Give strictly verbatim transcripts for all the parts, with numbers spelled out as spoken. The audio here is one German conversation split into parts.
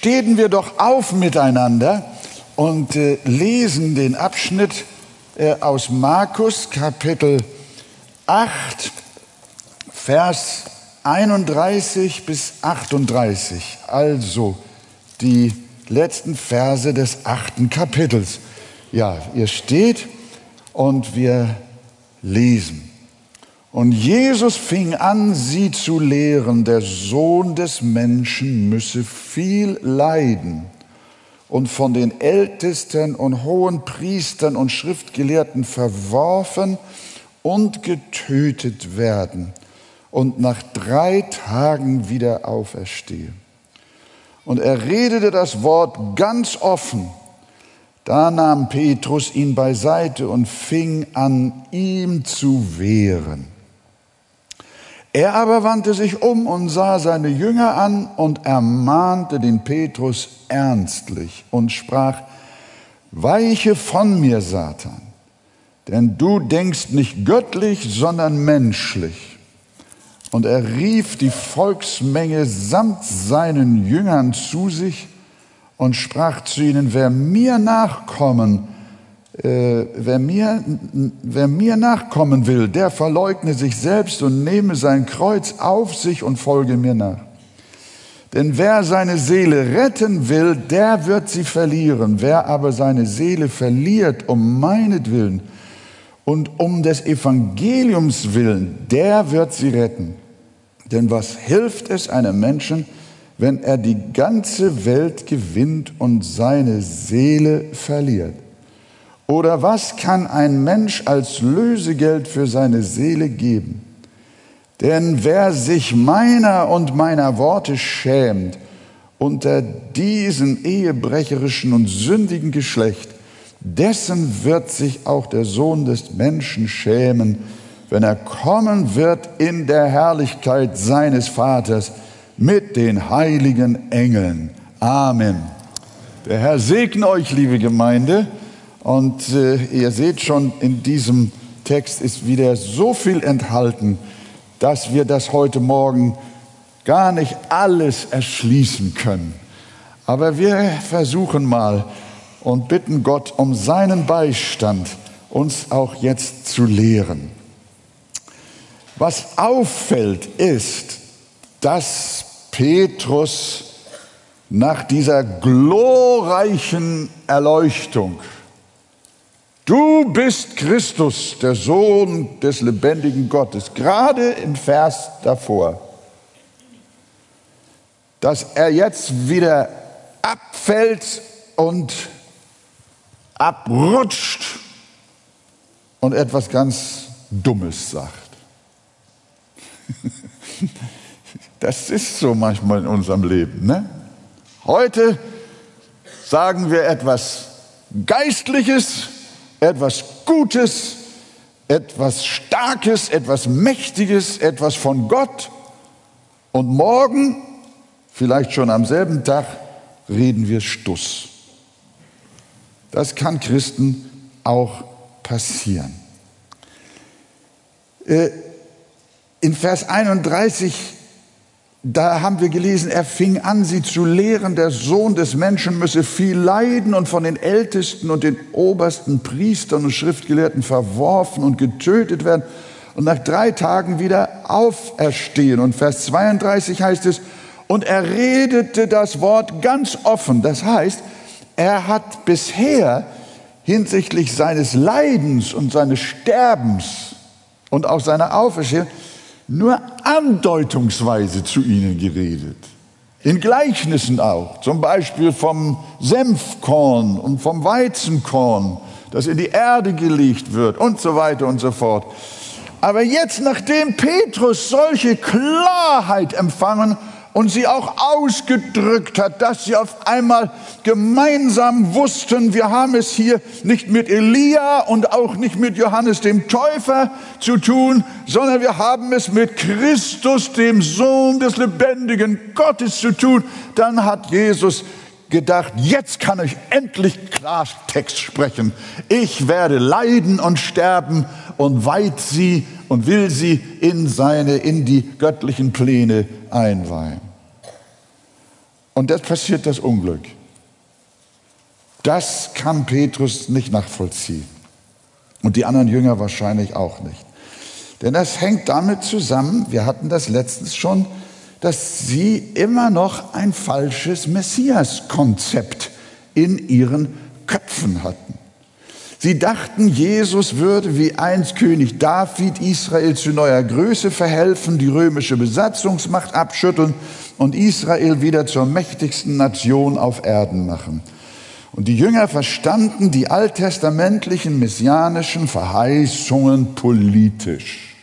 stehen wir doch auf miteinander und äh, lesen den Abschnitt äh, aus Markus Kapitel acht, Vers einunddreißig bis achtunddreißig. Also die letzten Verse des achten Kapitels. Ja, ihr steht und wir lesen. Und Jesus fing an, sie zu lehren, der Sohn des Menschen müsse viel leiden und von den Ältesten und hohen Priestern und Schriftgelehrten verworfen und getötet werden und nach drei Tagen wieder auferstehen. Und er redete das Wort ganz offen. Da nahm Petrus ihn beiseite und fing an, ihm zu wehren. Er aber wandte sich um und sah seine Jünger an und ermahnte den Petrus ernstlich und sprach: Weiche von mir, Satan, denn du denkst nicht göttlich, sondern menschlich. Und er rief die Volksmenge samt seinen Jüngern zu sich und sprach zu ihnen: Wer mir nachkommen Äh, wer, mir, wer mir nachkommen will, der verleugne sich selbst und nehme sein Kreuz auf sich und folge mir nach. Denn wer seine Seele retten will, der wird sie verlieren. Wer aber seine Seele verliert um meinetwillen und um des Evangeliums willen, der wird sie retten. Denn was hilft es einem Menschen, wenn er die ganze Welt gewinnt und seine Seele verliert? Oder was kann ein Mensch als Lösegeld für seine Seele geben? Denn wer sich meiner und meiner Worte schämt, unter diesem ehebrecherischen und sündigen Geschlecht, dessen wird sich auch der Sohn des Menschen schämen, wenn er kommen wird in der Herrlichkeit seines Vaters mit den heiligen Engeln. Amen. Der Herr segne euch, liebe Gemeinde. Und äh, ihr seht schon, in diesem Text ist wieder so viel enthalten, dass wir das heute Morgen gar nicht alles erschließen können. Aber wir versuchen mal und bitten Gott um seinen Beistand, uns auch jetzt zu lehren. Was auffällt, ist, dass Petrus nach dieser glorreichen Erleuchtung: Du bist Christus, der Sohn des lebendigen Gottes. Gerade im Vers davor, dass er jetzt wieder abfällt und abrutscht und etwas ganz Dummes sagt. Das ist so manchmal in unserem Leben, ne? Heute sagen wir etwas Geistliches, etwas Gutes, etwas Starkes, etwas Mächtiges, etwas von Gott. Und morgen, vielleicht schon am selben Tag, reden wir Stuss. Das kann Christen auch passieren. In Vers einunddreißig, da haben wir gelesen, er fing an, sie zu lehren, der Sohn des Menschen müsse viel leiden und von den Ältesten und den obersten Priestern und Schriftgelehrten verworfen und getötet werden und nach drei Tagen wieder auferstehen. Und Vers zweiunddreißig heißt es: Und er redete das Wort ganz offen. Das heißt, er hat bisher hinsichtlich seines Leidens und seines Sterbens und auch seiner Auferstehung nur andeutungsweise zu ihnen geredet. In Gleichnissen auch, zum Beispiel vom Senfkorn und vom Weizenkorn, das in die Erde gelegt wird und so weiter und so fort. Aber jetzt, nachdem Petrus solche Klarheit empfangen und sie auch ausgedrückt hat, dass sie auf einmal gemeinsam wussten, wir haben es hier nicht mit Elia und auch nicht mit Johannes dem Täufer zu tun, sondern wir haben es mit Christus, dem Sohn des lebendigen Gottes, zu tun, dann hat Jesus gedacht, jetzt kann ich endlich Klartext sprechen. Ich werde leiden und sterben und weiht sie und will sie in seine, in die göttlichen Pläne einweihen. Und das passiert das Unglück. Das kann Petrus nicht nachvollziehen. Und die anderen Jünger wahrscheinlich auch nicht. Denn das hängt damit zusammen, wir hatten das letztens schon, dass sie immer noch ein falsches Messias-Konzept in ihren Köpfen hatten. Sie dachten, Jesus würde wie einst König David Israel zu neuer Größe verhelfen, die römische Besatzungsmacht abschütteln und Israel wieder zur mächtigsten Nation auf Erden machen. Und die Jünger verstanden die alttestamentlichen messianischen Verheißungen politisch.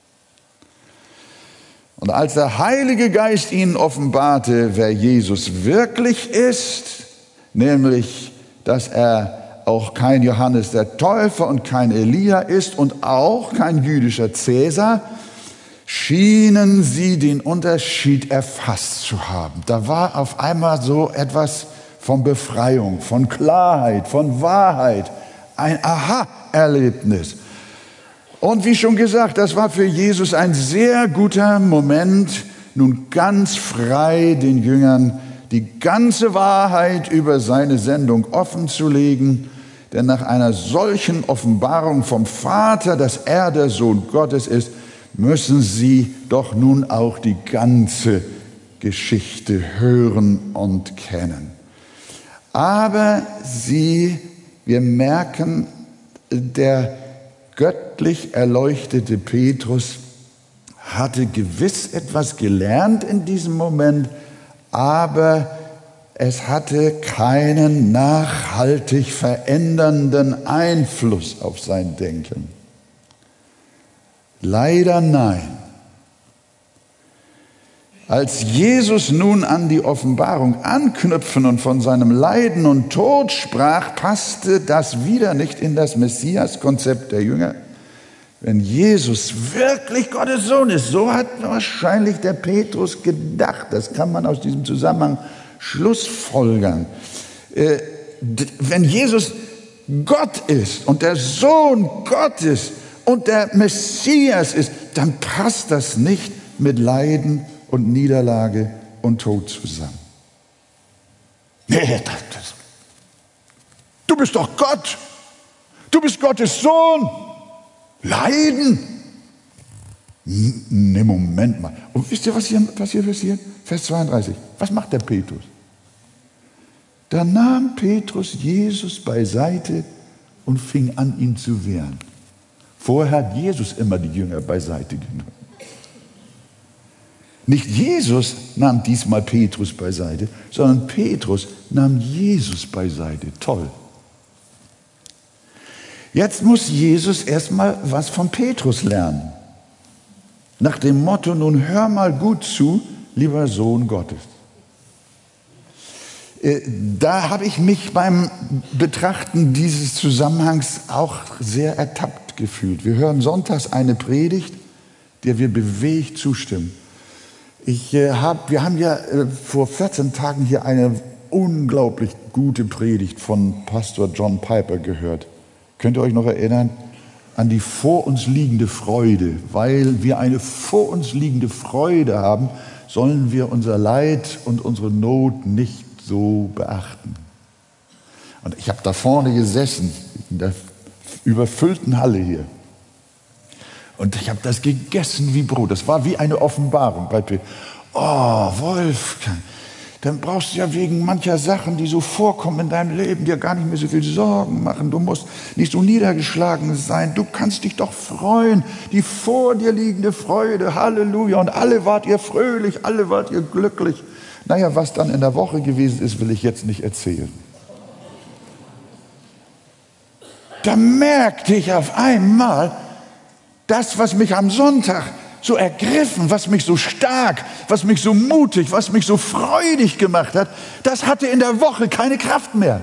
Und als der Heilige Geist ihnen offenbarte, wer Jesus wirklich ist, nämlich, dass er auch kein Johannes der Täufer und kein Elia ist und auch kein jüdischer Cäsar, schienen sie den Unterschied erfasst zu haben. Da war auf einmal so etwas von Befreiung, von Klarheit, von Wahrheit, ein Aha-Erlebnis. Und wie schon gesagt, das war für Jesus ein sehr guter Moment, nun ganz frei den Jüngern die ganze Wahrheit über seine Sendung offenzulegen. Denn nach einer solchen Offenbarung vom Vater, dass er der Sohn Gottes ist, müssen sie doch nun auch die ganze Geschichte hören und kennen. Aber sie, wir merken, der göttlich erleuchtete Petrus hatte gewiss etwas gelernt in diesem Moment, aber es hatte keinen nachhaltig verändernden Einfluss auf sein Denken. Leider nein. Als Jesus nun an die Offenbarung anknüpfen und von seinem Leiden und Tod sprach, passte das wieder nicht in das Messias-Konzept der Jünger. Wenn Jesus wirklich Gottes Sohn ist, so hat wahrscheinlich der Petrus gedacht. Das kann man aus diesem Zusammenhang schlussfolgern. Äh, wenn Jesus Gott ist und der Sohn Gottes und der Messias ist, dann passt das nicht mit Leiden und Niederlage und Tod zusammen. Nee, das, das. Du bist doch Gott. Du bist Gottes Sohn. Leiden? Ne, Moment mal. Und wisst ihr, was hier, was hier passiert? Vers zweiunddreißig. Was macht der Petrus? Da nahm Petrus Jesus beiseite und fing an, ihn zu wehren. Vorher hat Jesus immer die Jünger beiseite genommen. Nicht Jesus nahm diesmal Petrus beiseite, sondern Petrus nahm Jesus beiseite. Toll. Jetzt muss Jesus erstmal was von Petrus lernen. Nach dem Motto, nun hör mal gut zu, lieber Sohn Gottes. Da habe ich mich beim Betrachten dieses Zusammenhangs auch sehr ertappt gefühlt. Wir hören sonntags eine Predigt, der wir bewegt zustimmen. Ich, äh, hab, wir haben ja äh, vor vierzehn Tagen hier eine unglaublich gute Predigt von Pastor John Piper gehört. Könnt ihr euch noch erinnern? An die vor uns liegende Freude. Weil wir eine vor uns liegende Freude haben, sollen wir unser Leid und unsere Not nicht so beachten. Und ich habe da vorne gesessen, in der überfüllten Halle hier. Und ich habe das gegessen wie Brot. Das war wie eine Offenbarung bei Petrus. Oh, Wolfgang, dann brauchst du ja wegen mancher Sachen, die so vorkommen in deinem Leben, dir gar nicht mehr so viel Sorgen machen. Du musst nicht so niedergeschlagen sein. Du kannst dich doch freuen. Die vor dir liegende Freude, Halleluja. Und alle wart ihr fröhlich, alle wart ihr glücklich. Naja, was dann in der Woche gewesen ist, will ich jetzt nicht erzählen. Da merkte ich auf einmal, das, was mich am Sonntag so ergriffen, was mich so stark, was mich so mutig, was mich so freudig gemacht hat, das hatte in der Woche keine Kraft mehr.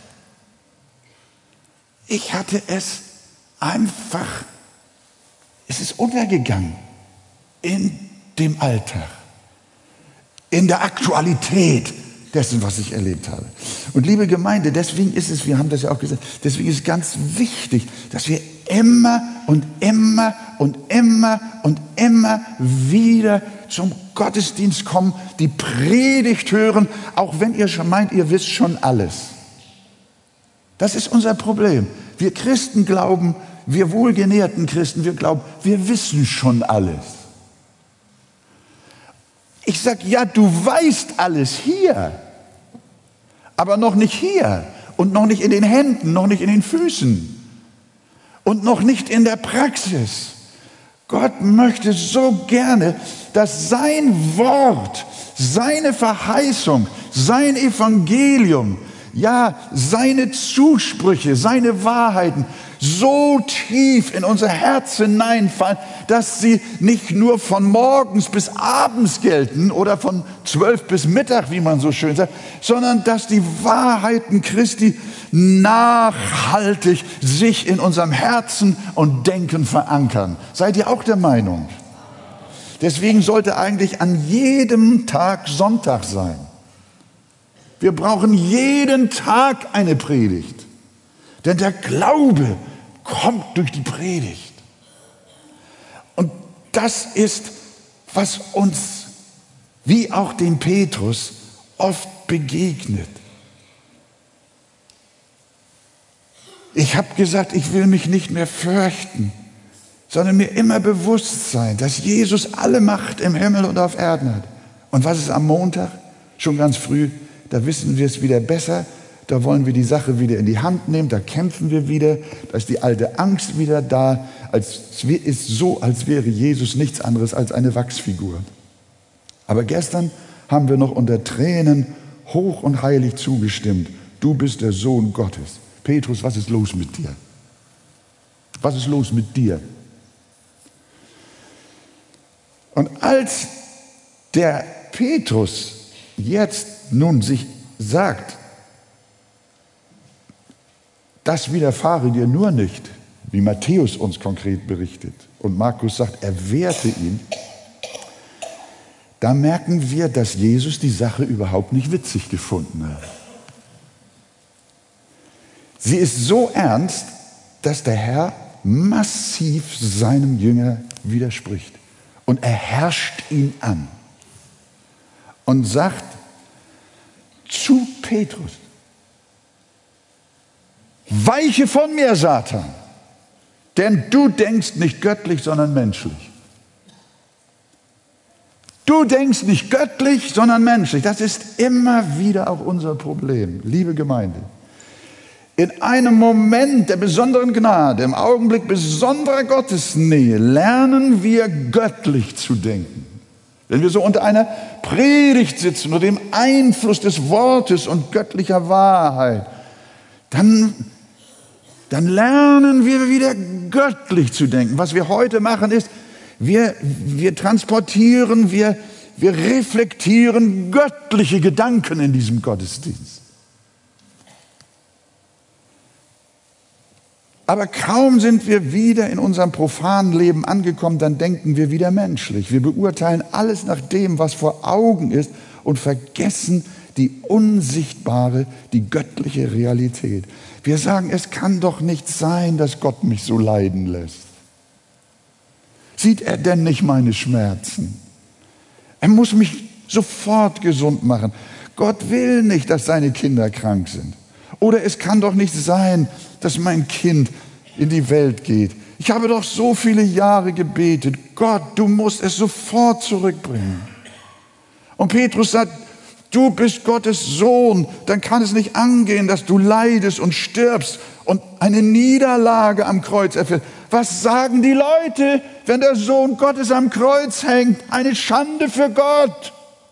Ich hatte es einfach, es ist untergegangen in dem Alltag, in der Aktualität dessen, was ich erlebt habe. Und liebe Gemeinde, deswegen ist es, wir haben das ja auch gesagt, deswegen ist es ganz wichtig, dass wir immer und immer und immer und immer wieder zum Gottesdienst kommen, die Predigt hören, auch wenn ihr schon meint, ihr wisst schon alles. Das ist unser Problem. Wir Christen glauben, wir wohlgenährten Christen, wir glauben, wir wissen schon alles. Ich sage, ja, du weißt alles hier, aber noch nicht hier und noch nicht in den Händen, noch nicht in den Füßen und noch nicht in der Praxis. Gott möchte so gerne, dass sein Wort, seine Verheißung, sein Evangelium, ja, seine Zusprüche, seine Wahrheiten so tief in unser Herz hineinfallen, dass sie nicht nur von morgens bis abends gelten oder von zwölf bis Mittag, wie man so schön sagt, sondern dass die Wahrheiten Christi nachhaltig sich in unserem Herzen und Denken verankern. Seid ihr auch der Meinung? Deswegen sollte eigentlich an jedem Tag Sonntag sein. Wir brauchen jeden Tag eine Predigt. Denn der Glaube kommt durch die Predigt. Und das ist, was uns, wie auch dem Petrus, oft begegnet. Ich habe gesagt, ich will mich nicht mehr fürchten, sondern mir immer bewusst sein, dass Jesus alle Macht im Himmel und auf Erden hat. Und was ist am Montag? Schon ganz früh, da wissen wir es wieder besser. Da wollen wir die Sache wieder in die Hand nehmen, da kämpfen wir wieder, da ist die alte Angst wieder da. Es ist so, als wäre Jesus nichts anderes als eine Wachsfigur. Aber gestern haben wir noch unter Tränen hoch und heilig zugestimmt. Du bist der Sohn Gottes. Petrus, was ist los mit dir? Was ist los mit dir? Und als der Petrus jetzt nun sich sagt, das widerfahre dir nur nicht, wie Matthäus uns konkret berichtet. Und Markus sagt, er wehrte ihn. Da merken wir, dass Jesus die Sache überhaupt nicht witzig gefunden hat. Sie ist so ernst, dass der Herr massiv seinem Jünger widerspricht. Und er herrscht ihn an und sagt zu Petrus, weiche von mir, Satan, denn du denkst nicht göttlich, sondern menschlich. Du denkst nicht göttlich, sondern menschlich. Das ist immer wieder auch unser Problem, liebe Gemeinde. In einem Moment der besonderen Gnade, im Augenblick besonderer Gottesnähe, lernen wir göttlich zu denken. Wenn wir so unter einer Predigt sitzen, unter dem Einfluss des Wortes und göttlicher Wahrheit, dann dann lernen wir wieder göttlich zu denken. Was wir heute machen ist, wir, wir transportieren, wir, wir reflektieren göttliche Gedanken in diesem Gottesdienst. Aber kaum sind wir wieder in unserem profanen Leben angekommen, dann denken wir wieder menschlich. Wir beurteilen alles nach dem, was vor Augen ist und vergessen die unsichtbare, die göttliche Realität. Wir sagen, es kann doch nicht sein, dass Gott mich so leiden lässt. Sieht er denn nicht meine Schmerzen? Er muss mich sofort gesund machen. Gott will nicht, dass seine Kinder krank sind. Oder es kann doch nicht sein, dass mein Kind in die Welt geht. Ich habe doch so viele Jahre gebetet. Gott, du musst es sofort zurückbringen. Und Petrus sagt, du bist Gottes Sohn, dann kann es nicht angehen, dass du leidest und stirbst und eine Niederlage am Kreuz erfährst. Was sagen die Leute, wenn der Sohn Gottes am Kreuz hängt? Eine Schande für Gott.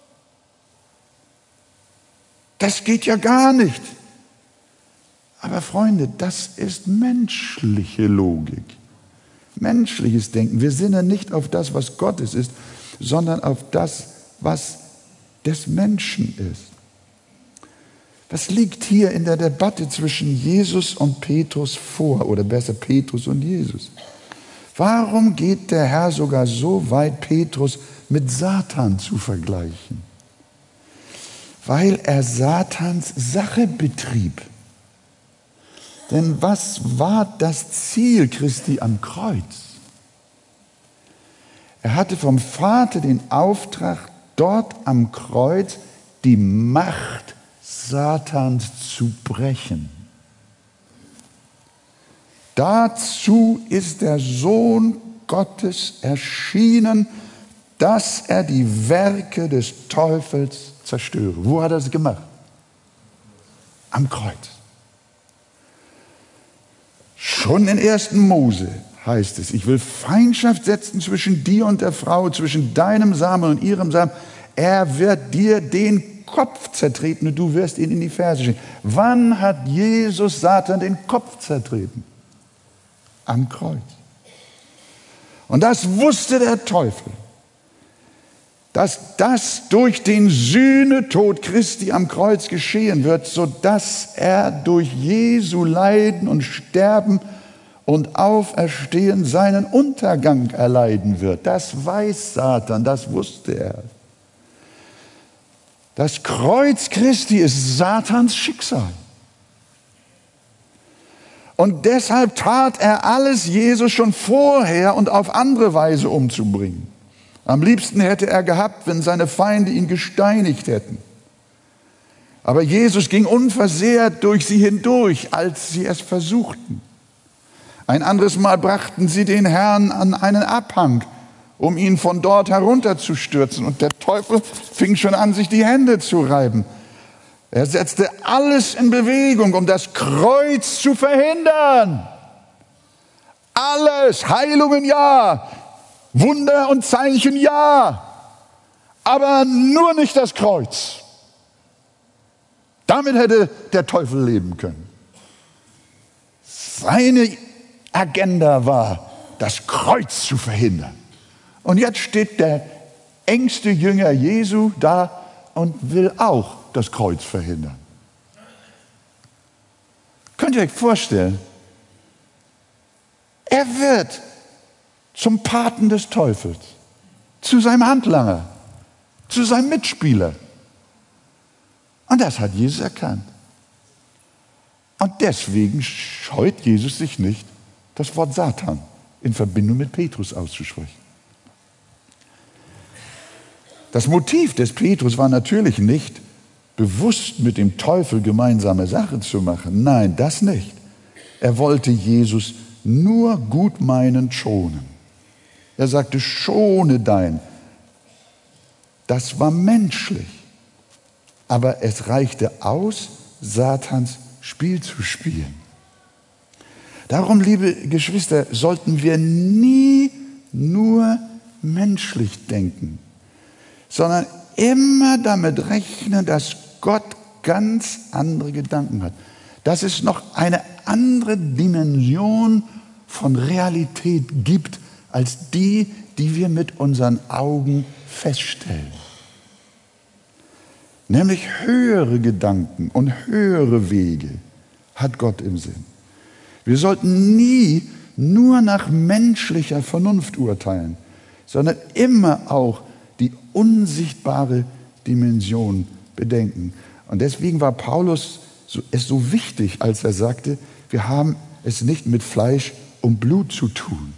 Das geht ja gar nicht. Aber Freunde, das ist menschliche Logik, menschliches Denken. Wir sinnen nicht auf das, was Gottes ist, sondern auf das, was des Menschen ist. Was liegt hier in der Debatte zwischen Jesus und Petrus vor, oder besser Petrus und Jesus? Warum geht der Herr sogar so weit, Petrus mit Satan zu vergleichen? Weil er Satans Sache betrieb. Denn was war das Ziel Christi am Kreuz? Er hatte vom Vater den Auftrag, dort am Kreuz die Macht Satans zu brechen. Dazu ist der Sohn Gottes erschienen, dass er die Werke des Teufels zerstöre. Wo hat er es gemacht? Am Kreuz. Schon in ersten Mose heißt es, ich will Feindschaft setzen zwischen dir und der Frau, zwischen deinem Samen und ihrem Samen. Er wird dir den Kopf zertreten und du wirst ihn in die Ferse schicken. Wann hat Jesus Satan den Kopf zertreten? Am Kreuz. Und das wusste der Teufel, dass das durch den Sühnetod Christi am Kreuz geschehen wird, sodass er durch Jesu Leiden und Sterben und Auferstehen seinen Untergang erleiden wird. Das weiß Satan, das wusste er. Das Kreuz Christi ist Satans Schicksal. Und deshalb tat er alles, Jesus schon vorher und auf andere Weise umzubringen. Am liebsten hätte er gehabt, wenn seine Feinde ihn gesteinigt hätten. Aber Jesus ging unversehrt durch sie hindurch, als sie es versuchten. Ein anderes Mal brachten sie den Herrn an einen Abhang, um ihn von dort herunterzustürzen. Und der Teufel fing schon an, sich die Hände zu reiben. Er setzte alles in Bewegung, um das Kreuz zu verhindern. Alles, Heilungen ja, Wunder und Zeichen ja, aber nur nicht das Kreuz. Damit hätte der Teufel leben können. Seine Agenda war, das Kreuz zu verhindern. Und jetzt steht der engste Jünger Jesu da und will auch das Kreuz verhindern. Könnt ihr euch vorstellen, er wird zum Paten des Teufels, zu seinem Handlanger, zu seinem Mitspieler. Und das hat Jesus erkannt. Und deswegen scheut Jesus sich nicht, das Wort Satan in Verbindung mit Petrus auszusprechen. Das Motiv des Petrus war natürlich nicht, bewusst mit dem Teufel gemeinsame Sache zu machen. Nein, das nicht. Er wollte Jesus nur gutmeinend schonen. Er sagte, schone dein. Das war menschlich. Aber es reichte aus, Satans Spiel zu spielen. Darum, liebe Geschwister, sollten wir nie nur menschlich denken, sondern immer damit rechnen, dass Gott ganz andere Gedanken hat. Dass es noch eine andere Dimension von Realität gibt, als die, die wir mit unseren Augen feststellen. Nämlich höhere Gedanken und höhere Wege hat Gott im Sinn. Wir sollten nie nur nach menschlicher Vernunft urteilen, sondern immer auch die unsichtbare Dimension bedenken. Und deswegen war Paulus so, es so wichtig, als er sagte, wir haben es nicht mit Fleisch und Blut zu tun,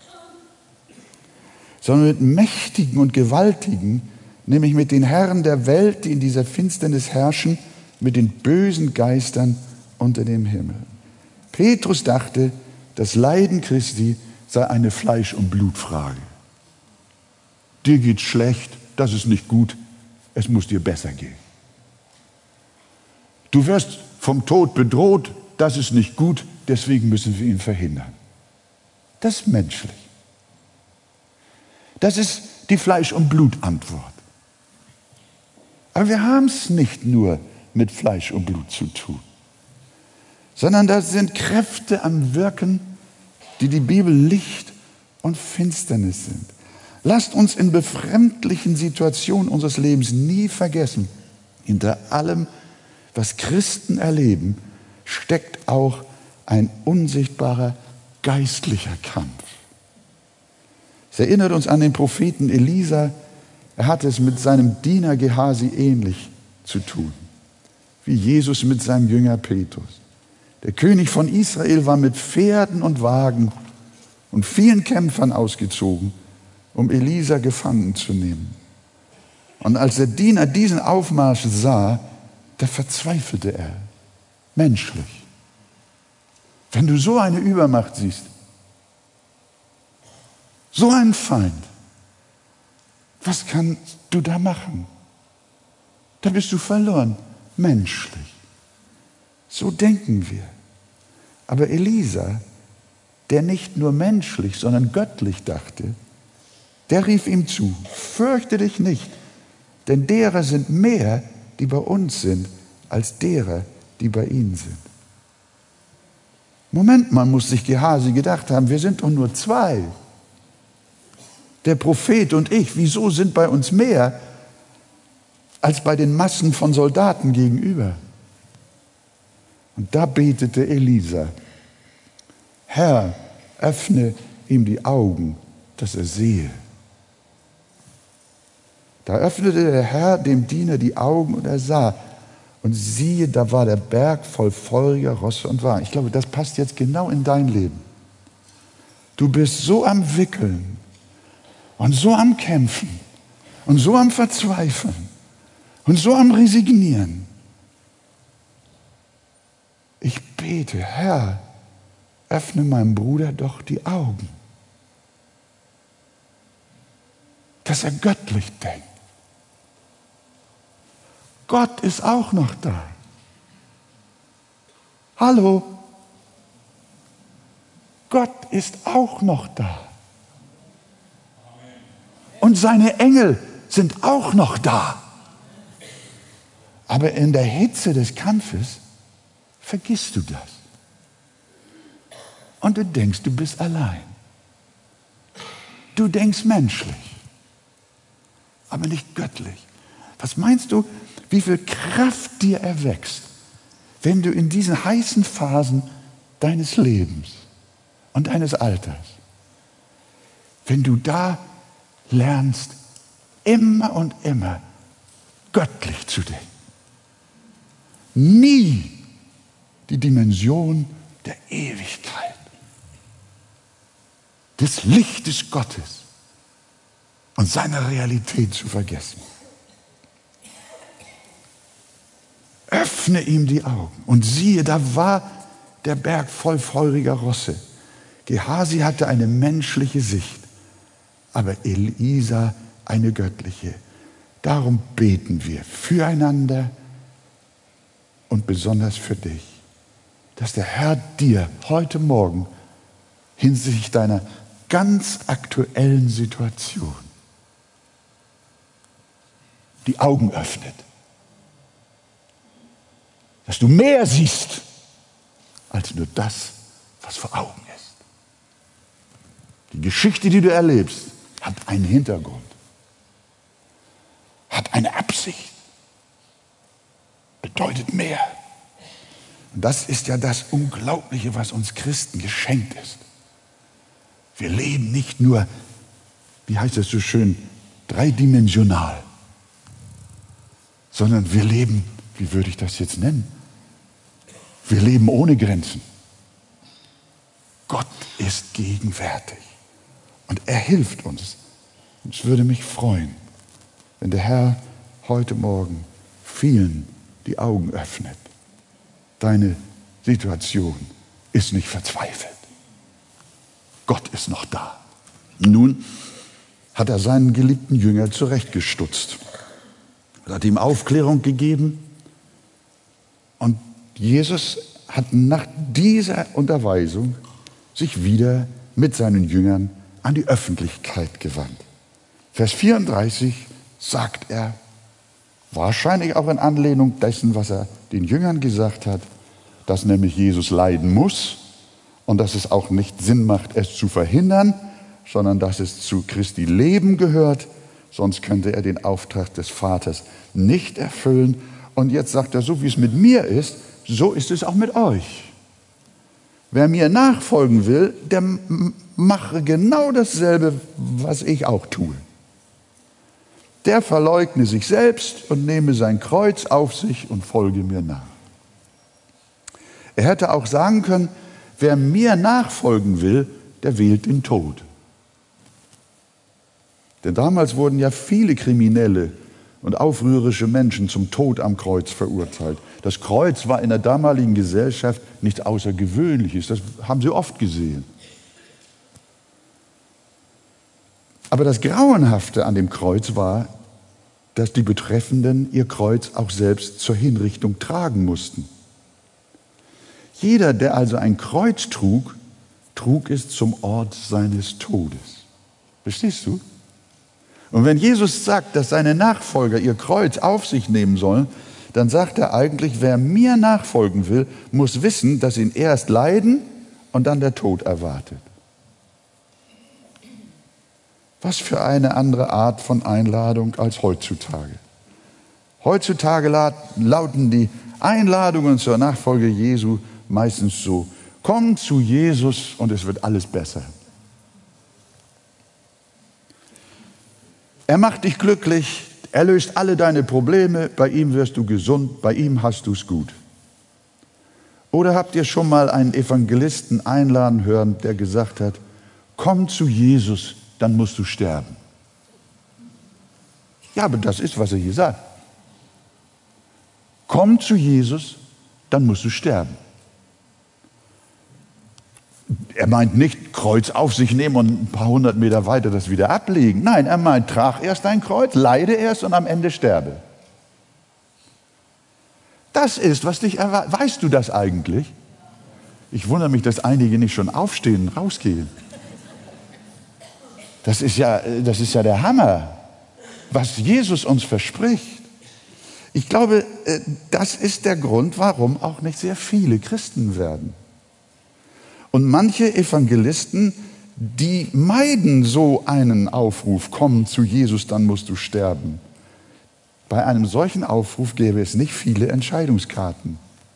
sondern mit Mächtigen und Gewaltigen, nämlich mit den Herren der Welt, die in dieser Finsternis herrschen, mit den bösen Geistern unter dem Himmel. Petrus dachte, das Leiden Christi sei eine Fleisch- und Blutfrage. Dir geht's schlecht, das ist nicht gut, es muss dir besser gehen. Du wirst vom Tod bedroht, das ist nicht gut, deswegen müssen wir ihn verhindern. Das ist menschlich. Das ist die Fleisch- und Blutantwort. Aber wir haben es nicht nur mit Fleisch und Blut zu tun, sondern da sind Kräfte am Wirken, die die Bibel Licht und Finsternis sind. Lasst uns in befremdlichen Situationen unseres Lebens nie vergessen, hinter allem, was Christen erleben, steckt auch ein unsichtbarer geistlicher Kampf. Es erinnert uns an den Propheten Elisa. Er hatte es mit seinem Diener Gehasi ähnlich zu tun, wie Jesus mit seinem Jünger Petrus. Der König von Israel war mit Pferden und Wagen und vielen Kämpfern ausgezogen, um Elisa gefangen zu nehmen. Und als der Diener diesen Aufmarsch sah, da verzweifelte er, menschlich. Wenn du so eine Übermacht siehst, so einen Feind, was kannst du da machen? Da bist du verloren, menschlich. So denken wir. Aber Elisa, der nicht nur menschlich, sondern göttlich dachte, der rief ihm zu, fürchte dich nicht, denn derer sind mehr, die bei uns sind, als derer, die bei ihnen sind. Moment mal, muss sich Gehasi gedacht haben, wir sind doch nur zwei. Der Prophet und ich, wieso sind bei uns mehr als bei den Massen von Soldaten gegenüber? Und da betete Elisa, Herr, öffne ihm die Augen, dass er sehe. Da öffnete der Herr dem Diener die Augen und er sah. Und siehe, da war der Berg voll feuriger Rosse und Wagen. Ich glaube, das passt jetzt genau in dein Leben. Du bist so am Wickeln und so am Kämpfen und so am Verzweifeln und so am Resignieren. Ich bete, Herr, öffne meinem Bruder doch die Augen, dass er göttlich denkt. Gott ist auch noch da. Hallo? Gott ist auch noch da. Und seine Engel sind auch noch da. Aber in der Hitze des Kampfes vergisst du das. Und du denkst, du bist allein. Du denkst menschlich, aber nicht göttlich. Was meinst du, wie viel Kraft dir erwächst, wenn du in diesen heißen Phasen deines Lebens und deines Alters, wenn du da lernst, immer und immer göttlich zu denken. Nie die Dimension der Ewigkeit, des Lichtes Gottes und seiner Realität zu vergessen. Öffne ihm die Augen und siehe, da war der Berg voll feuriger Rosse. Gehasi hatte eine menschliche Sicht, aber Elisa eine göttliche. Darum beten wir füreinander und besonders für dich, dass der Herr dir heute Morgen hinsichtlich deiner ganz aktuellen Situation die Augen öffnet. Dass du mehr siehst, als nur das, was vor Augen ist. Die Geschichte, die du erlebst, hat einen Hintergrund, hat eine Absicht, bedeutet mehr. Und das ist ja das Unglaubliche, was uns Christen geschenkt ist. Wir leben nicht nur, wie heißt das so schön, dreidimensional, sondern wir leben, wie würde ich das jetzt nennen? Wir leben ohne Grenzen. Gott ist gegenwärtig und er hilft uns. Und es würde mich freuen, wenn der Herr heute Morgen vielen die Augen öffnet. Deine Situation ist nicht verzweifelt. Gott ist noch da. Nun hat er seinen geliebten Jünger zurechtgestutzt. Er hat ihm Aufklärung gegeben. Und Jesus hat nach dieser Unterweisung sich wieder mit seinen Jüngern an die Öffentlichkeit gewandt. Vers vierunddreißig sagt er, wahrscheinlich auch in Anlehnung dessen, was er den Jüngern gesagt hat, dass nämlich Jesus leiden muss und dass es auch nicht Sinn macht, es zu verhindern, sondern dass es zu Christi Leben gehört, sonst könnte er den Auftrag des Vaters nicht erfüllen. Und jetzt sagt er, so wie es mit mir ist, so ist es auch mit euch. Wer mir nachfolgen will, der mache genau dasselbe, was ich auch tue. Der verleugne sich selbst und nehme sein Kreuz auf sich und folge mir nach. Er hätte auch sagen können, wer mir nachfolgen will, der wählt den Tod. Denn damals wurden ja viele Kriminelle und aufrührerische Menschen zum Tod am Kreuz verurteilt. Das Kreuz war in der damaligen Gesellschaft nichts Außergewöhnliches. Das haben sie oft gesehen. Aber das Grauenhafte an dem Kreuz war, dass die Betreffenden ihr Kreuz auch selbst zur Hinrichtung tragen mussten. Jeder, der also ein Kreuz trug, trug es zum Ort seines Todes. Verstehst du? Und wenn Jesus sagt, dass seine Nachfolger ihr Kreuz auf sich nehmen sollen, dann sagt er eigentlich, wer mir nachfolgen will, muss wissen, dass ihn erst Leiden und dann der Tod erwartet. Was für eine andere Art von Einladung als heutzutage. Heutzutage lauten die Einladungen zur Nachfolge Jesu meistens so: Komm zu Jesus und es wird alles besser. Er macht dich glücklich, er löst alle deine Probleme, bei ihm wirst du gesund, bei ihm hast du es gut. Oder habt ihr schon mal einen Evangelisten einladen hören, der gesagt hat: Komm zu Jesus, dann musst du sterben. Ja, aber das ist, was er hier sagt. Komm zu Jesus, dann musst du sterben. Er meint nicht Kreuz auf sich nehmen und ein paar hundert Meter weiter das wieder ablegen. Nein, er meint, trag erst dein Kreuz, leide erst und am Ende sterbe. Das ist, was dich erwartet. Weißt du das eigentlich? Ich wundere mich, dass einige nicht schon aufstehen und rausgehen. Das ist ja, das ist ja der Hammer, was Jesus uns verspricht. Ich glaube, das ist der Grund, warum auch nicht sehr viele Christen werden. Und manche Evangelisten, die meiden so einen Aufruf: Komm zu Jesus, dann musst du sterben. Bei einem solchen Aufruf gäbe es nicht viele Entscheidungskarten.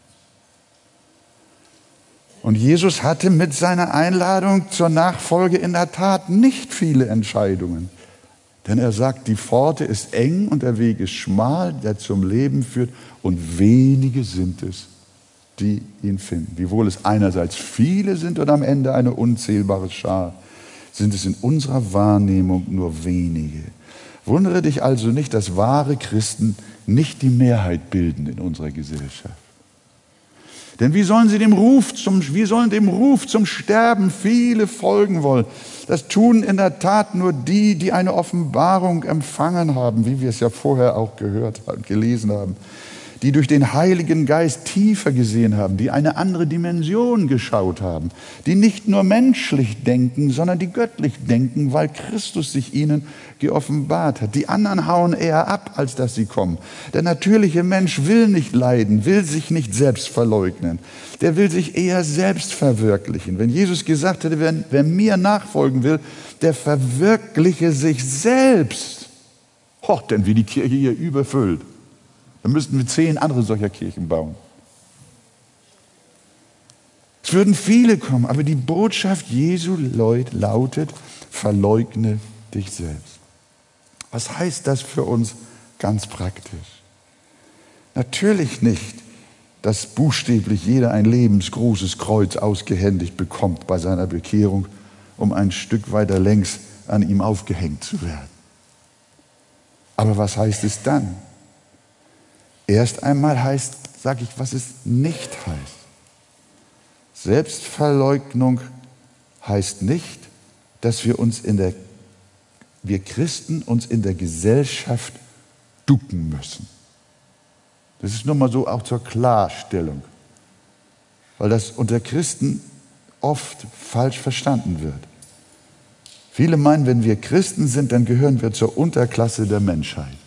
Und Jesus hatte mit seiner Einladung zur Nachfolge in der Tat nicht viele Entscheidungen. Denn er sagt, die Pforte ist eng und der Weg ist schmal, der zum Leben führt, und wenige sind es, die ihn finden. Wiewohl es einerseits viele sind und am Ende eine unzählbare Schar, sind es in unserer Wahrnehmung nur wenige. Wundere dich also nicht, dass wahre Christen nicht die Mehrheit bilden in unserer Gesellschaft. Denn wie sollen sie dem Ruf zum, wie sollen dem Ruf zum Sterben viele folgen wollen? Das tun in der Tat nur die, die eine Offenbarung empfangen haben, wie wir es ja vorher auch gehört haben, gelesen haben, die durch den Heiligen Geist tiefer gesehen haben, die eine andere Dimension geschaut haben, die nicht nur menschlich denken, sondern die göttlich denken, weil Christus sich ihnen geoffenbart hat. Die anderen hauen eher ab, als dass sie kommen. Der natürliche Mensch will nicht leiden, will sich nicht selbst verleugnen. Der will sich eher selbst verwirklichen. Wenn Jesus gesagt hätte, wer, wer mir nachfolgen will, der verwirkliche sich selbst. Hoch, denn wie die Kirche hier überfüllt. Dann müssten wir zehn andere solcher Kirchen bauen. Es würden viele kommen, aber die Botschaft Jesu lautet: Verleugne dich selbst. Was heißt das für uns ganz praktisch? Natürlich nicht, dass buchstäblich jeder ein lebensgroßes Kreuz ausgehändigt bekommt bei seiner Bekehrung, um ein Stück weiter längs an ihm aufgehängt zu werden. Aber was heißt es dann? Erst einmal heißt, sage ich, was es nicht heißt. Selbstverleugnung heißt nicht, dass wir uns in der, wir Christen uns in der Gesellschaft ducken müssen. Das ist nur mal so auch zur Klarstellung, weil das unter Christen oft falsch verstanden wird. Viele meinen, wenn wir Christen sind, dann gehören wir zur Unterklasse der Menschheit.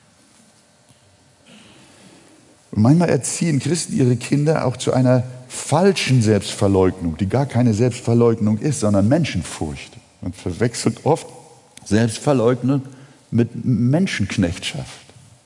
Und manchmal erziehen Christen ihre Kinder auch zu einer falschen Selbstverleugnung, die gar keine Selbstverleugnung ist, sondern Menschenfurcht. Man verwechselt oft Selbstverleugnung mit Menschenknechtschaft.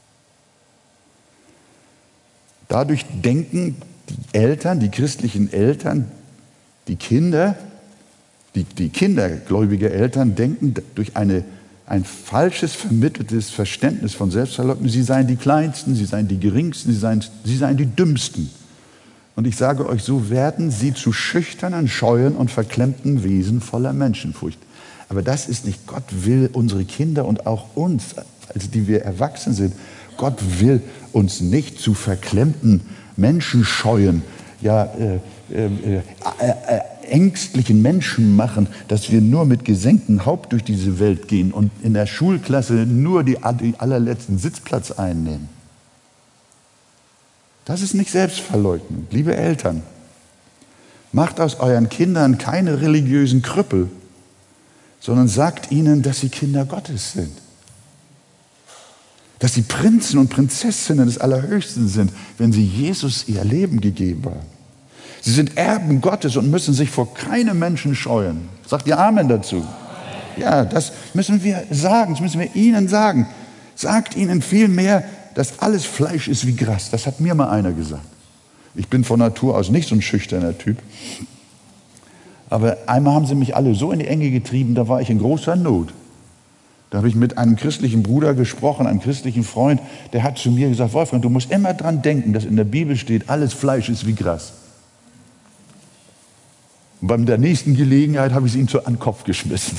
Dadurch denken die Eltern, die christlichen Eltern, die Kinder, die, die kindergläubige Eltern denken durch eine ein falsches, vermitteltes Verständnis von Selbstverleugnung. Sie seien die Kleinsten, sie seien die Geringsten, sie seien, sie seien die Dümmsten. Und ich sage euch, so werden sie zu schüchternen, scheuen und verklemmten Wesen voller Menschenfurcht. Aber das ist nicht, Gott will unsere Kinder und auch uns, also die wir erwachsen sind, Gott will uns nicht zu verklemmten Menschenscheuen, ja, äh, äh, äh, äh, ängstlichen Menschen machen, dass wir nur mit gesenktem Haupt durch diese Welt gehen und in der Schulklasse nur die, die allerletzten Sitzplatz einnehmen. Das ist nicht Selbstverleugnung. Liebe Eltern, macht aus euren Kindern keine religiösen Krüppel, sondern sagt ihnen, dass sie Kinder Gottes sind. Dass sie Prinzen und Prinzessinnen des Allerhöchsten sind, wenn sie Jesus ihr Leben gegeben haben. Sie sind Erben Gottes und müssen sich vor keinem Menschen scheuen. Sagt ihr Amen dazu? Ja, das müssen wir sagen, das müssen wir ihnen sagen. Sagt ihnen vielmehr, dass alles Fleisch ist wie Gras. Das hat mir mal einer gesagt. Ich bin von Natur aus nicht so ein schüchterner Typ. Aber einmal haben sie mich alle so in die Enge getrieben, da war ich in großer Not. Da habe ich mit einem christlichen Bruder gesprochen, einem christlichen Freund, der hat zu mir gesagt, Wolfgang, du musst immer dran denken, dass in der Bibel steht, alles Fleisch ist wie Gras. Und bei der nächsten Gelegenheit habe ich es ihm zu an den Kopf geschmissen.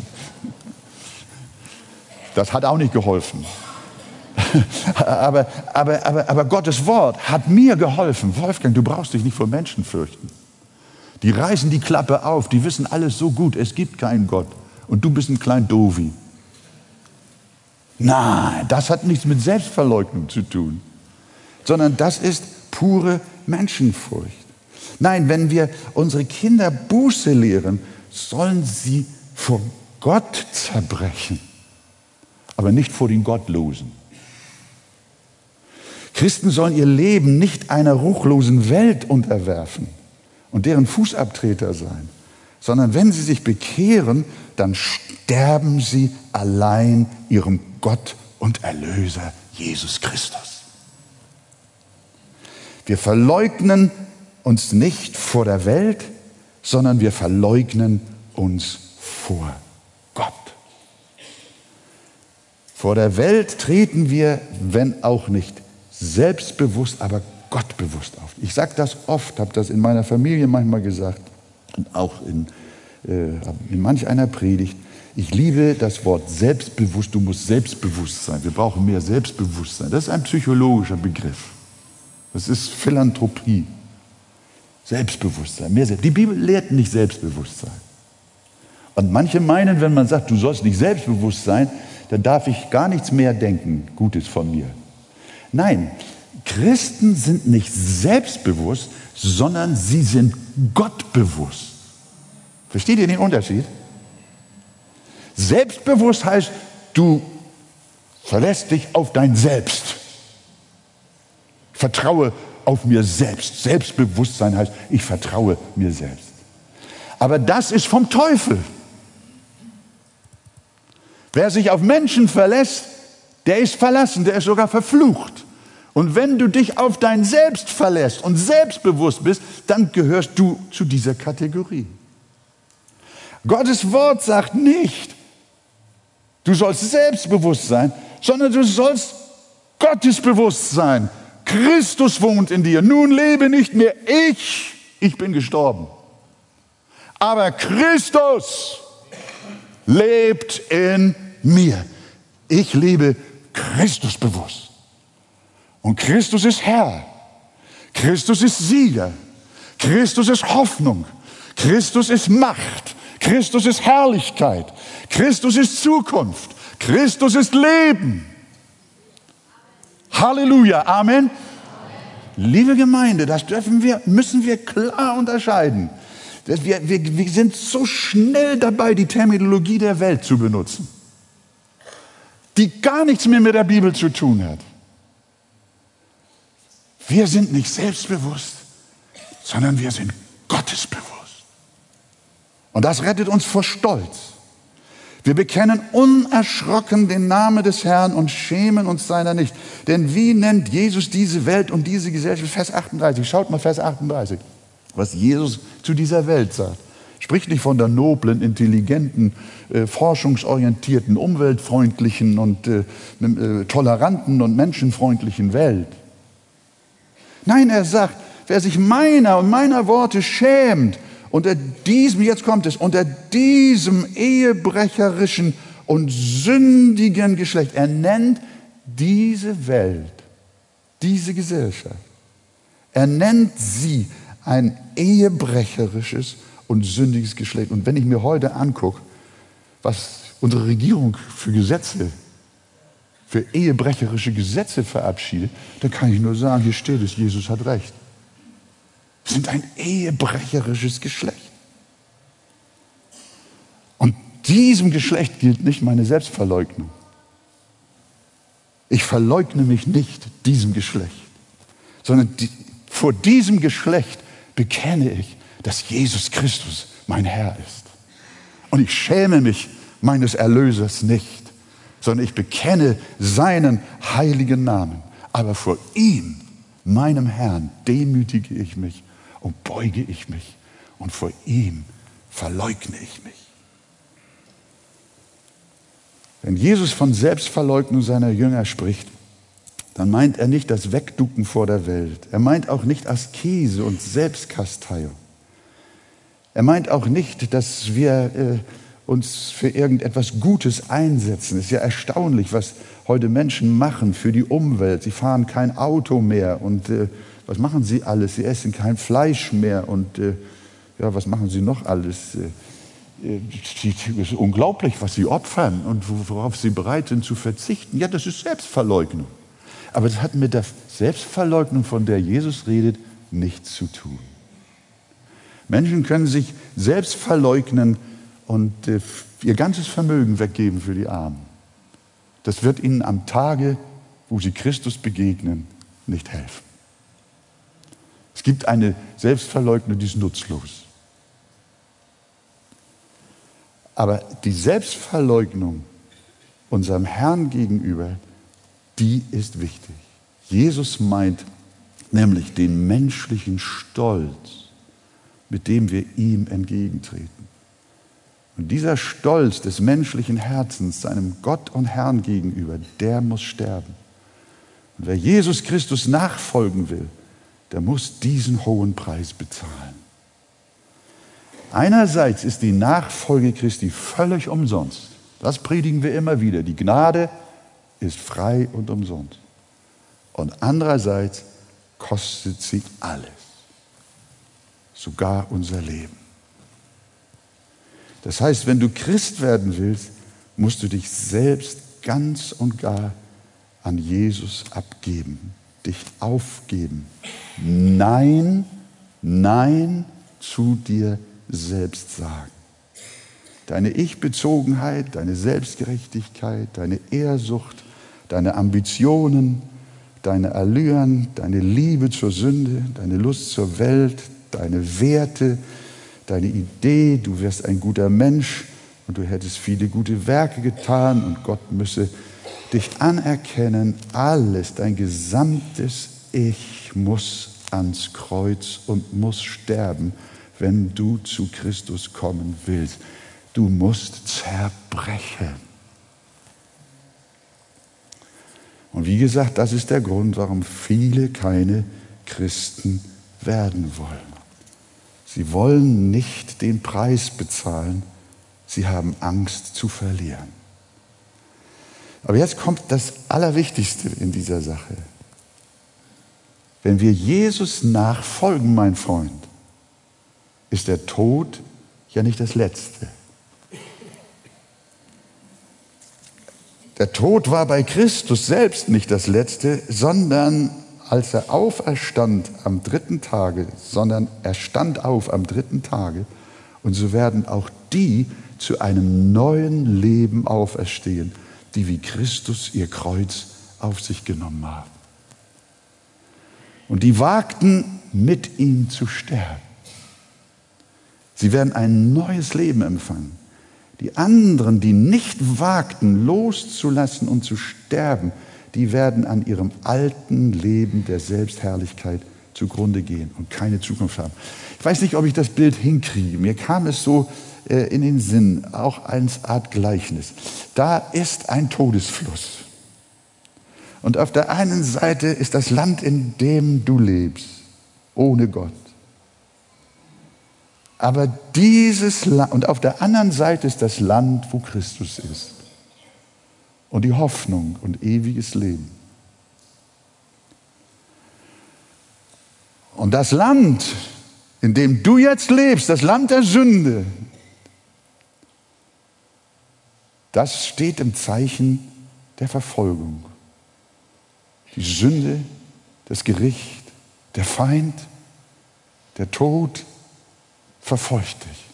Das hat auch nicht geholfen. aber, aber, aber, aber Gottes Wort hat mir geholfen. Wolfgang, du brauchst dich nicht vor Menschen fürchten. Die reißen die Klappe auf, die wissen alles so gut, es gibt keinen Gott. Und du bist ein klein Dovi. Nein, das hat nichts mit Selbstverleugnung zu tun, sondern das ist pure Menschenfurcht. Nein, wenn wir unsere Kinder Buße lehren, sollen sie vor Gott zerbrechen, aber nicht vor den Gottlosen. Christen sollen ihr Leben nicht einer ruchlosen Welt unterwerfen und deren Fußabtreter sein, sondern wenn sie sich bekehren, dann sterben sie allein ihrem Gott und Erlöser Jesus Christus. Wir verleugnen uns nicht vor der Welt, sondern wir verleugnen uns vor Gott. Vor der Welt treten wir, wenn auch nicht selbstbewusst, aber gottbewusst auf. Ich sage das oft, habe das in meiner Familie manchmal gesagt und auch in, äh, in manch einer Predigt. Ich liebe das Wort selbstbewusst, du musst selbstbewusst sein. Wir brauchen mehr Selbstbewusstsein. Das ist ein psychologischer Begriff. Das ist Philanthropie. Selbstbewusstsein, mehr Selbst. Die Bibel lehrt nicht Selbstbewusstsein. Und manche meinen, wenn man sagt, du sollst nicht selbstbewusst sein, dann darf ich gar nichts mehr denken, Gutes von mir. Nein, Christen sind nicht selbstbewusst, sondern sie sind gottbewusst. Versteht ihr den Unterschied? Selbstbewusst heißt, du verlässt dich auf dein Selbst. Vertraue auf mir selbst. Selbstbewusstsein heißt, ich vertraue mir selbst. Aber das ist vom Teufel. Wer sich auf Menschen verlässt, der ist verlassen, der ist sogar verflucht. Und wenn du dich auf dein Selbst verlässt und selbstbewusst bist, dann gehörst du zu dieser Kategorie. Gottes Wort sagt nicht, du sollst selbstbewusst sein, sondern du sollst gottesbewusst sein. Christus wohnt in dir. Nun lebe nicht mehr ich, ich bin gestorben. Aber Christus lebt in mir. Ich lebe Christus bewusst. Und Christus ist Herr. Christus ist Sieger. Christus ist Hoffnung. Christus ist Macht. Christus ist Herrlichkeit. Christus ist Zukunft. Christus ist Leben. Halleluja, Amen. Amen. Liebe Gemeinde, das dürfen wir, müssen wir klar unterscheiden. Wir, wir, wir sind so schnell dabei, die Terminologie der Welt zu benutzen, die gar nichts mehr mit der Bibel zu tun hat. Wir sind nicht selbstbewusst, sondern wir sind gottesbewusst. Und das rettet uns vor Stolz. Wir bekennen unerschrocken den Namen des Herrn und schämen uns seiner nicht. Denn wie nennt Jesus diese Welt und diese Gesellschaft? Vers achtunddreißig, schaut mal Vers achtunddreißig, was Jesus zu dieser Welt sagt. Spricht nicht von der noblen, intelligenten, äh, forschungsorientierten, umweltfreundlichen und äh, äh, toleranten und menschenfreundlichen Welt. Nein, er sagt, wer sich meiner und meiner Worte schämt unter diesem, jetzt kommt es, unter diesem ehebrecherischen und sündigen Geschlecht. Er nennt diese Welt, diese Gesellschaft, er nennt sie ein ehebrecherisches und sündiges Geschlecht. Und wenn ich mir heute angucke, was unsere Regierung für Gesetze, für ehebrecherische Gesetze verabschiedet, dann kann ich nur sagen, hier steht es, Jesus hat recht. Wir sind ein ehebrecherisches Geschlecht. Und diesem Geschlecht gilt nicht meine Selbstverleugnung. Ich verleugne mich nicht diesem Geschlecht, sondern die, vor diesem Geschlecht bekenne ich, dass Jesus Christus mein Herr ist. Und ich schäme mich meines Erlösers nicht, sondern ich bekenne seinen heiligen Namen. Aber vor ihm, meinem Herrn, demütige ich mich und beuge ich mich. Und vor ihm verleugne ich mich. Wenn Jesus von Selbstverleugnung seiner Jünger spricht, dann meint er nicht das Wegducken vor der Welt. Er meint auch nicht Askese und Selbstkasteiung. Er meint auch nicht, dass wir äh, uns für irgendetwas Gutes einsetzen. Es ist ja erstaunlich, was heute Menschen machen für die Umwelt. Sie fahren kein Auto mehr und äh, was machen sie alles? Sie essen kein Fleisch mehr und äh, ja, was machen sie noch alles? Äh, Es ist unglaublich, was sie opfern und worauf sie bereit sind zu verzichten. Ja, das ist Selbstverleugnung. Aber das hat mit der Selbstverleugnung, von der Jesus redet, nichts zu tun. Menschen können sich selbst verleugnen und äh, ihr ganzes Vermögen weggeben für die Armen. Das wird ihnen am Tage, wo sie Christus begegnen, nicht helfen. Es gibt eine Selbstverleugnung, die ist nutzlos. Aber die Selbstverleugnung unserem Herrn gegenüber, die ist wichtig. Jesus meint nämlich den menschlichen Stolz, mit dem wir ihm entgegentreten. Und dieser Stolz des menschlichen Herzens seinem Gott und Herrn gegenüber, der muss sterben. Und wer Jesus Christus nachfolgen will, der muss diesen hohen Preis bezahlen. Einerseits ist die Nachfolge Christi völlig umsonst. Das predigen wir immer wieder. Die Gnade ist frei und umsonst. Und andererseits kostet sie alles. Sogar unser Leben. Das heißt, wenn du Christ werden willst, musst du dich selbst ganz und gar an Jesus abgeben. Dich aufgeben. Nein, nein zu dir selbst sagen. Deine Ich-Bezogenheit, deine Selbstgerechtigkeit, deine Ehrsucht, deine Ambitionen, deine Allüren, deine Liebe zur Sünde, deine Lust zur Welt, deine Werte, deine Idee, du wärst ein guter Mensch und du hättest viele gute Werke getan und Gott müsse dich anerkennen. Alles, dein gesamtes Ich muss ans Kreuz und muss sterben, wenn du zu Christus kommen willst. Du musst zerbrechen. Und wie gesagt, das ist der Grund, warum viele keine Christen werden wollen. Sie wollen nicht den Preis bezahlen, sie haben Angst zu verlieren. Aber jetzt kommt das Allerwichtigste in dieser Sache. Wenn wir Jesus nachfolgen, mein Freund, ist der Tod ja nicht das Letzte. Der Tod war bei Christus selbst nicht das Letzte, sondern als er auferstand am dritten Tage, sondern er stand auf am dritten Tage und so werden auch die zu einem neuen Leben auferstehen, die wie Christus ihr Kreuz auf sich genommen haben. Und die wagten, mit ihm zu sterben. Sie werden ein neues Leben empfangen. Die anderen, die nicht wagten, loszulassen und zu sterben, die werden an ihrem alten Leben der Selbstherrlichkeit zugrunde gehen und keine Zukunft haben. Ich weiß nicht, ob ich das Bild hinkriege. Mir kam es so äh, in den Sinn, auch als Art Gleichnis. Da ist ein Todesfluss. Und auf der einen Seite ist das Land, in dem du lebst, ohne Gott. Aber dieses Land, und auf der anderen Seite ist das Land, wo Christus ist. Und die Hoffnung und ewiges Leben. Und das Land, in dem du jetzt lebst, das Land der Sünde, das steht im Zeichen der Verfolgung. Die Sünde, das Gericht, der Feind, der Tod verfolgt dich.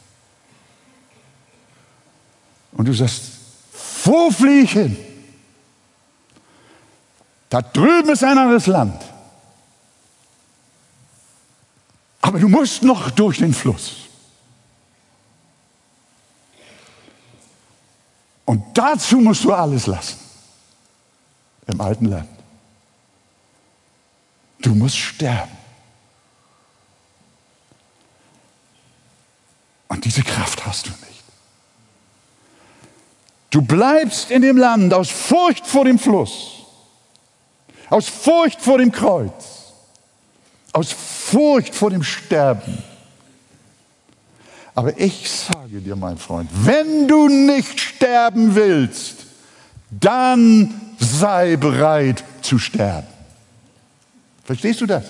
Und du sagst, wo flieh ich hin? Da drüben ist ein anderes Land. Aber du musst noch durch den Fluss. Und dazu musst du alles lassen. Im alten Land. Du musst sterben. Und diese Kraft hast du nicht. Du bleibst in dem Land aus Furcht vor dem Fluss, aus Furcht vor dem Kreuz, aus Furcht vor dem Sterben. Aber ich sage dir, mein Freund, wenn du nicht sterben willst, dann sei bereit zu sterben. Verstehst du das?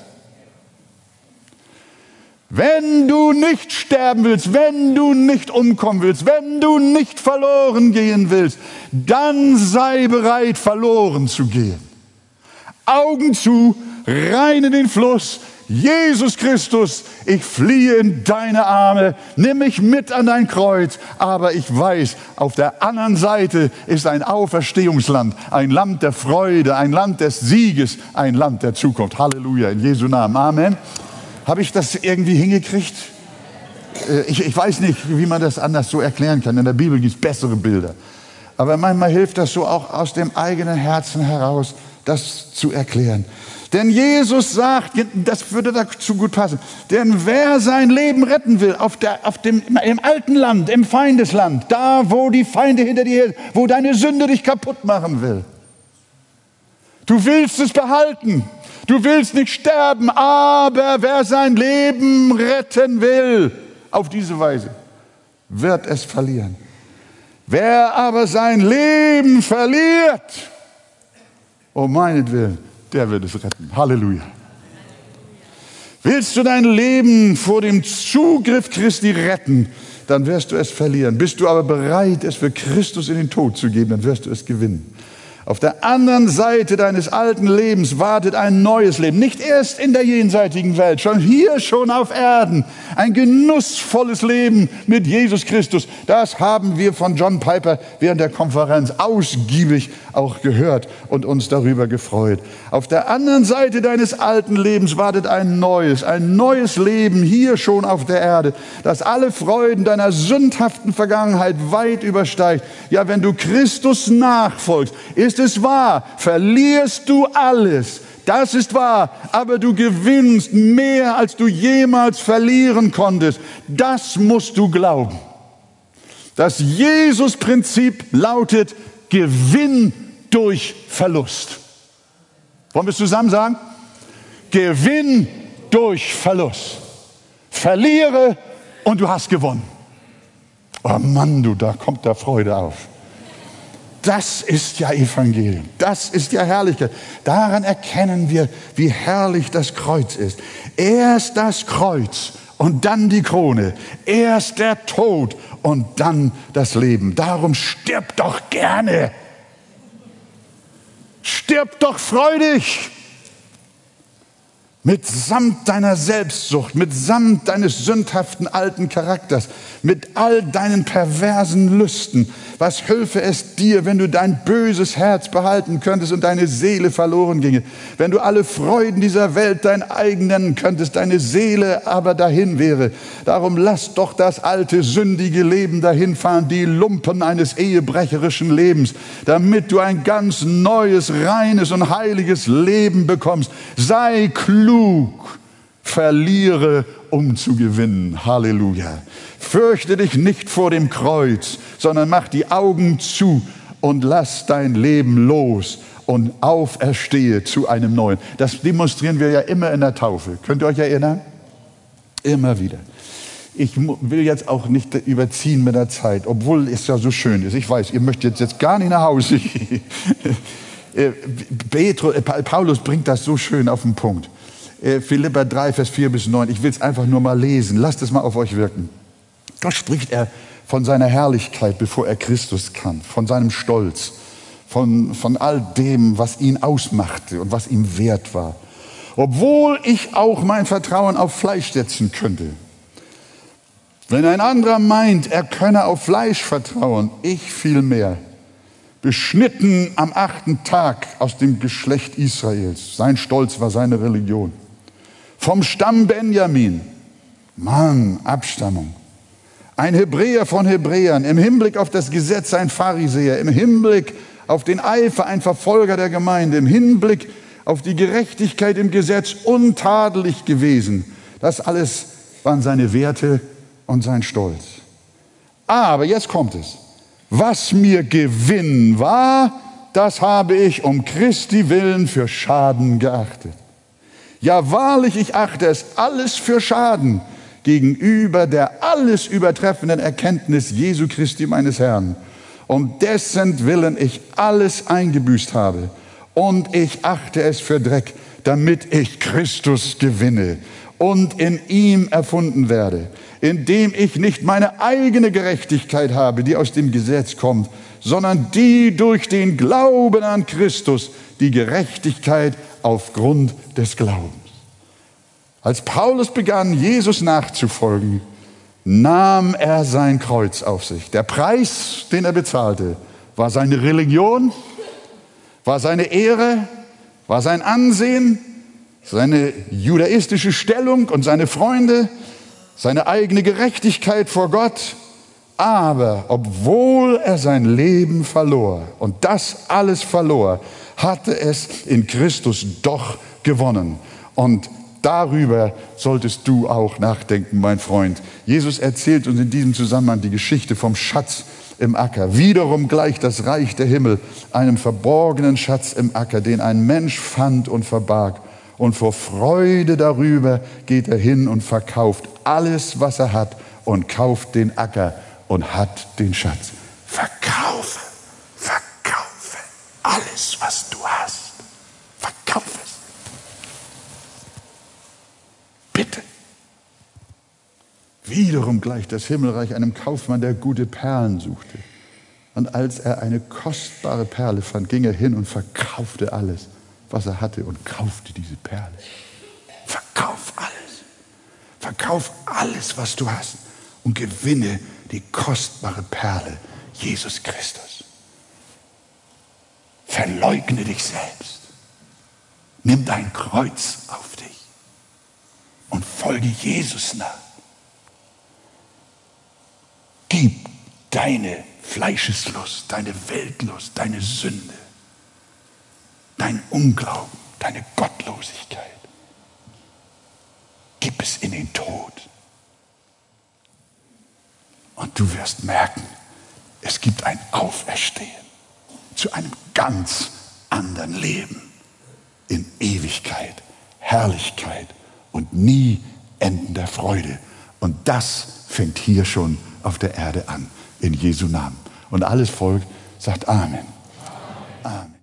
Wenn du nicht sterben willst, wenn du nicht umkommen willst, wenn du nicht verloren gehen willst, dann sei bereit, verloren zu gehen. Augen zu, rein in den Fluss. Jesus Christus, ich fliehe in deine Arme, nimm mich mit an dein Kreuz, aber ich weiß, auf der anderen Seite ist ein Auferstehungsland, ein Land der Freude, ein Land des Sieges, ein Land der Zukunft. Halleluja, in Jesu Namen. Amen. Habe ich das irgendwie hingekriegt? Ich, ich weiß nicht, wie man das anders so erklären kann. In der Bibel gibt es bessere Bilder. Aber manchmal hilft das so auch aus dem eigenen Herzen heraus, das zu erklären. Denn Jesus sagt, das würde dazu gut passen, denn wer sein Leben retten will, auf der, auf dem, im alten Land, im Feindesland, da wo die Feinde hinter dir sind, wo deine Sünde dich kaputt machen will. Du willst es behalten. Du willst nicht sterben, aber wer sein Leben retten will, auf diese Weise, wird es verlieren. Wer aber sein Leben verliert, um meinetwillen, der wird es retten. Halleluja. Willst du dein Leben vor dem Zugriff Christi retten, dann wirst du es verlieren. Bist du aber bereit, es für Christus in den Tod zu geben, dann wirst du es gewinnen. Auf der anderen Seite deines alten Lebens wartet ein neues Leben. Nicht erst in der jenseitigen Welt, schon hier, schon auf Erden. Ein genussvolles Leben mit Jesus Christus. Das haben wir von John Piper während der Konferenz ausgiebig auch gehört und uns darüber gefreut. Auf der anderen Seite deines alten Lebens wartet ein neues, ein neues Leben hier schon auf der Erde, das alle Freuden deiner sündhaften Vergangenheit weit übersteigt. Ja, wenn du Christus nachfolgst, ist es wahr, verlierst du alles. Das ist wahr, aber du gewinnst mehr, als du jemals verlieren konntest. Das musst du glauben. Das Jesus-Prinzip lautet Gewinn durch Verlust. Wollen wir es zusammen sagen? Gewinn durch Verlust. Verliere und du hast gewonnen. Oh Mann, du, da kommt da Freude auf. Das ist ja Evangelium. Das ist ja Herrlichkeit. Daran erkennen wir, wie herrlich das Kreuz ist. Erst das Kreuz und dann die Krone. Erst der Tod und dann das Leben. Darum stirb doch gerne. Stirb doch freudig. Mitsamt deiner Selbstsucht, mitsamt deines sündhaften alten Charakters, mit all deinen perversen Lüsten. Was hülfe es dir, wenn du dein böses Herz behalten könntest und deine Seele verloren ginge? Wenn du alle Freuden dieser Welt dein eigen nennen könntest, deine Seele aber dahin wäre. Darum lass doch das alte, sündige Leben dahinfahren, die Lumpen eines ehebrecherischen Lebens, damit du ein ganz neues, reines und heiliges Leben bekommst. Sei klug. Klug, verliere, um zu gewinnen. Halleluja. Fürchte dich nicht vor dem Kreuz, sondern mach die Augen zu und lass dein Leben los und auferstehe zu einem neuen. Das demonstrieren wir ja immer in der Taufe. Könnt ihr euch erinnern? Immer wieder. Ich will jetzt auch nicht überziehen mit der Zeit, obwohl es ja so schön ist. Ich weiß, ihr möchtet jetzt, jetzt gar nicht nach Hause gehen. Petru, Paulus bringt das so schön auf den Punkt. Philipper drei, Vers vier bis neun. Ich will es einfach nur mal lesen. Lasst es mal auf euch wirken. Dort spricht er von seiner Herrlichkeit, bevor er Christus kann, von seinem Stolz, von, von all dem, was ihn ausmachte und was ihm wert war. Obwohl ich auch mein Vertrauen auf Fleisch setzen könnte. Wenn ein anderer meint, er könne auf Fleisch vertrauen, ich vielmehr. Beschnitten am achten Tag aus dem Geschlecht Israels. Sein Stolz war seine Religion. Vom Stamm Benjamin. Mann, Abstammung. Ein Hebräer von Hebräern. Im Hinblick auf das Gesetz ein Pharisäer. Im Hinblick auf den Eifer ein Verfolger der Gemeinde. Im Hinblick auf die Gerechtigkeit im Gesetz untadelig gewesen. Das alles waren seine Werte und sein Stolz. Aber jetzt kommt es. Was mir Gewinn war, das habe ich um Christi willen für Schaden geachtet. Ja wahrlich, ich achte es alles für Schaden gegenüber der alles übertreffenden Erkenntnis Jesu Christi meines Herrn, um dessen Willen ich alles eingebüßt habe. Und ich achte es für Dreck, damit ich Christus gewinne und in ihm erfunden werde, indem ich nicht meine eigene Gerechtigkeit habe, die aus dem Gesetz kommt, sondern die durch den Glauben an Christus, die Gerechtigkeit aufgrund des Glaubens. Als Paulus begann, Jesus nachzufolgen, nahm er sein Kreuz auf sich. Der Preis, den er bezahlte, war seine Religion, war seine Ehre, war sein Ansehen, seine judaistische Stellung und seine Freunde, seine eigene Gerechtigkeit vor Gott. Aber obwohl er sein Leben verlor und das alles verlor, hatte es in Christus doch gewonnen. Und darüber solltest du auch nachdenken, mein Freund. Jesus erzählt uns in diesem Zusammenhang die Geschichte vom Schatz im Acker. Wiederum gleicht das Reich der Himmel einem verborgenen Schatz im Acker, den ein Mensch fand und verbarg. Und vor Freude darüber geht er hin und verkauft alles, was er hat, und kauft den Acker und hat den Schatz. Verkaufe, verkaufe alles, was du hast. Verkaufe es. Bitte. Wiederum gleicht das Himmelreich einem Kaufmann, der gute Perlen suchte. Und als er eine kostbare Perle fand, ging er hin und verkaufte alles, was er hatte, und kaufte diese Perle. Verkauf alles. Verkauf alles, was du hast, und gewinne die kostbare Perle, Jesus Christus. Verleugne dich selbst. Nimm dein Kreuz auf dich und folge Jesus nach. Gib deine Fleischeslust, deine Weltlust, deine Sünde, dein Unglauben, deine Gottlosigkeit, gib es in den Tod. Und du wirst merken, es gibt ein Auferstehen zu einem ganz anderen Leben in Ewigkeit, Herrlichkeit und nie endender Freude. Und das fängt hier schon auf der Erde an, in Jesu Namen. Und alles Volk sagt Amen. Amen. Amen.